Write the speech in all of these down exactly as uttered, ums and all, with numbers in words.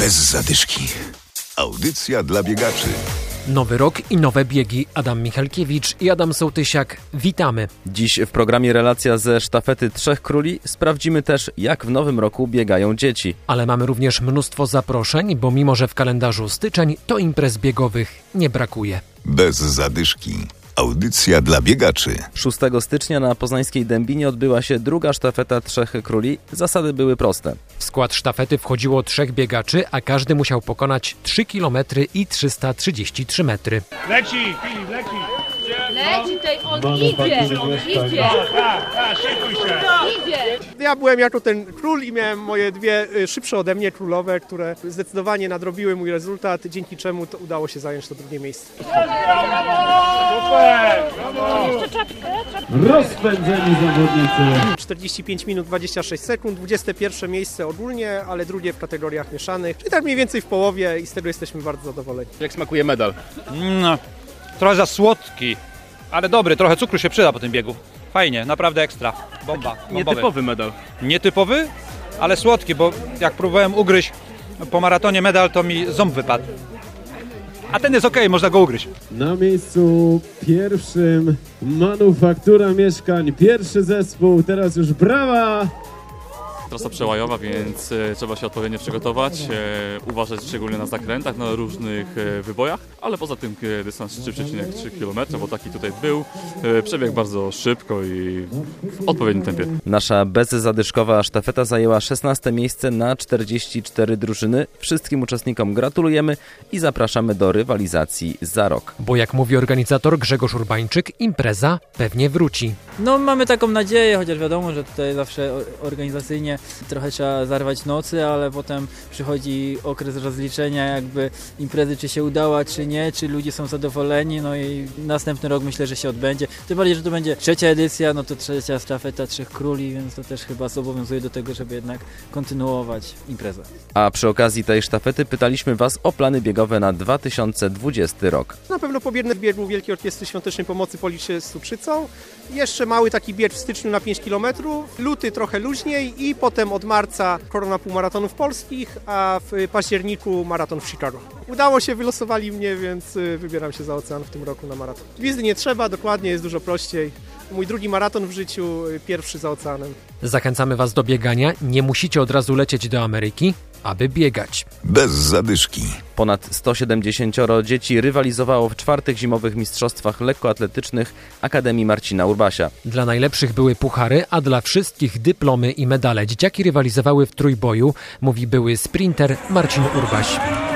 Bez zadyszki. Audycja dla biegaczy. Nowy rok i nowe biegi. Adam Michalkiewicz i Adam Sołtysiak. Witamy. Dziś w programie relacja ze sztafety Trzech Króli. Sprawdzimy też, jak w nowym roku biegają dzieci. Ale mamy również mnóstwo zaproszeń, bo mimo, że w kalendarzu styczeń, to imprez biegowych nie brakuje. Bez zadyszki. Audycja dla biegaczy. szóstego stycznia na poznańskiej Dębinie odbyła się druga sztafeta Trzech Króli. Zasady były proste. W skład sztafety wchodziło trzech biegaczy, a każdy musiał pokonać trzy kilometry i trzysta trzydzieści trzy metry. Leci, Filip, leci. Leci tutaj, on idzie, idzie. Tak, tak, szykuj się. Idzie. Ja byłem jako ten król i miałem moje dwie szybsze ode mnie królowe, które zdecydowanie nadrobiły mój rezultat, dzięki czemu to udało się zająć to drugie miejsce. Super, brawo. Jeszcze czapkę, czapkę. Rozpędzeni zawodnicy. czterdzieści pięć minut dwadzieścia sześć sekund, dwudzieste pierwsze miejsce ogólnie, ale drugie w kategoriach mieszanych, czyli tak mniej więcej w połowie i z tego jesteśmy bardzo zadowoleni. Jak smakuje medal? No, trochę za słodki, ale dobry, trochę cukru się przyda po tym biegu. Fajnie, naprawdę ekstra. Bomba. Bombowy. Nietypowy medal. Nietypowy, ale słodki, bo jak próbowałem ugryźć po maratonie medal, to mi ząb wypadł. A ten jest okej, okay, można go ugryźć. Na miejscu pierwszym Manufaktura Mieszkań, pierwszy zespół, teraz już brawa! Trasa przełajowa, więc e, trzeba się odpowiednio przygotować, e, uważać szczególnie na zakrętach, na różnych e, wybojach, ale poza tym e, dystans trzy przecinek trzy kilometra, bo taki tutaj był, e, przebiegł bardzo szybko i w odpowiednim tempie. Nasza bezzadyszkowa sztafeta zajęła szesnaste miejsce na czterdzieści cztery drużyny. Wszystkim uczestnikom gratulujemy i zapraszamy do rywalizacji za rok. Bo jak mówi organizator Grzegorz Urbańczyk, impreza pewnie wróci. No mamy taką nadzieję, chociaż wiadomo, że tutaj zawsze organizacyjnie trochę trzeba zarwać nocy, ale potem przychodzi okres rozliczenia jakby imprezy, czy się udała, czy nie, czy ludzie są zadowoleni, no i następny rok myślę, że się odbędzie. Tym bardziej, że to będzie trzecia edycja, no to trzecia sztafeta Trzech Króli, więc to też chyba zobowiązuje do tego, żeby jednak kontynuować imprezę. A przy okazji tej sztafety pytaliśmy Was o plany biegowe na dwa tysiące dwudziesty rok. Na pewno pobierny bieg Wielkiej Orkiestry Świątecznej Pomocy po Liczy z Cukrzycą, jeszcze mały taki bieg w styczniu na pięć kilometrów, luty trochę luźniej i potem od marca korona półmaratonów polskich, a w październiku maraton w Chicago. Udało się, wylosowali mnie, więc wybieram się za ocean w tym roku na maraton. Wizy nie trzeba, dokładnie, jest dużo prościej. Mój drugi maraton w życiu, pierwszy za oceanem. Zachęcamy Was do biegania. Nie musicie od razu lecieć do Ameryki, aby biegać. Bez zadyszki. Ponad sto siedemdziesiąt dzieci rywalizowało w czwartych zimowych mistrzostwach lekkoatletycznych Akademii Marcina Urbasia. Dla najlepszych były puchary, a dla wszystkich dyplomy i medale. Dzieciaki rywalizowały w trójboju, mówi były sprinter Marcin Urbaś.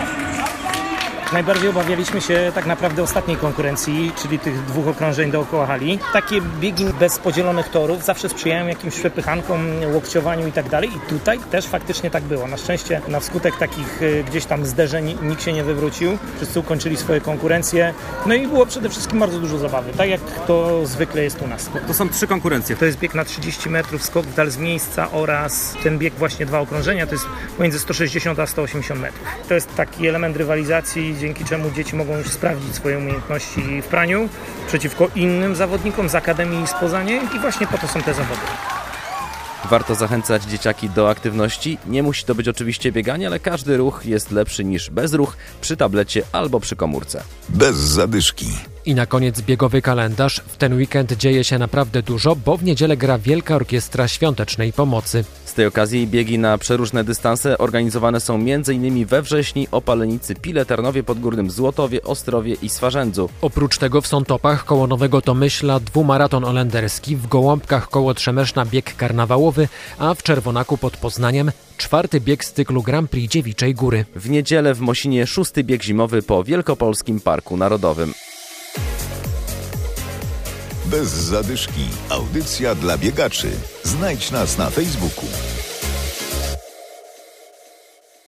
Najbardziej obawialiśmy się tak naprawdę ostatniej konkurencji, czyli tych dwóch okrążeń dookoła hali. Takie biegi bez podzielonych torów zawsze sprzyjają jakimś przepychankom, łokciowaniu i tak dalej. I tutaj też faktycznie tak było. Na szczęście na wskutek takich gdzieś tam zderzeń nikt się nie wywrócił. Wszyscy ukończyli swoje konkurencje. No i było przede wszystkim bardzo dużo zabawy, tak jak to zwykle jest u nas. To są trzy konkurencje. To jest bieg na trzydzieści metrów, skok w dal z miejsca oraz ten bieg właśnie dwa okrążenia. To jest pomiędzy sto sześćdziesiąt a sto osiemdziesiąt metrów. To jest taki element rywalizacji, dzięki czemu dzieci mogą już sprawdzić swoje umiejętności w praniu przeciwko innym zawodnikom z Akademii i spoza niej i właśnie po to są te zawody. Warto zachęcać dzieciaki do aktywności. Nie musi to być oczywiście bieganie, ale każdy ruch jest lepszy niż bezruch przy tablecie albo przy komórce. Bez zadyszki. I na koniec biegowy kalendarz. W ten weekend dzieje się naprawdę dużo, bo w niedzielę gra Wielka Orkiestra Świątecznej Pomocy. Z tej okazji biegi na przeróżne dystanse organizowane są m.in. we Wrześni, Opalenicy, Pile, Tarnowie Podgórnym, Złotowie, Ostrowie i Swarzędzu. Oprócz tego w Sątopach koło Nowego Tomyśla dwumaraton olenderski, w Gołąbkach koło Trzemeszna bieg karnawałowy, a w Czerwonaku pod Poznaniem czwarty bieg z cyklu Grand Prix Dziewiczej Góry. W niedzielę w Mosinie szósty bieg zimowy po Wielkopolskim Parku Narodowym. Bez zadyszki. Audycja dla biegaczy. Znajdź nas na Facebooku.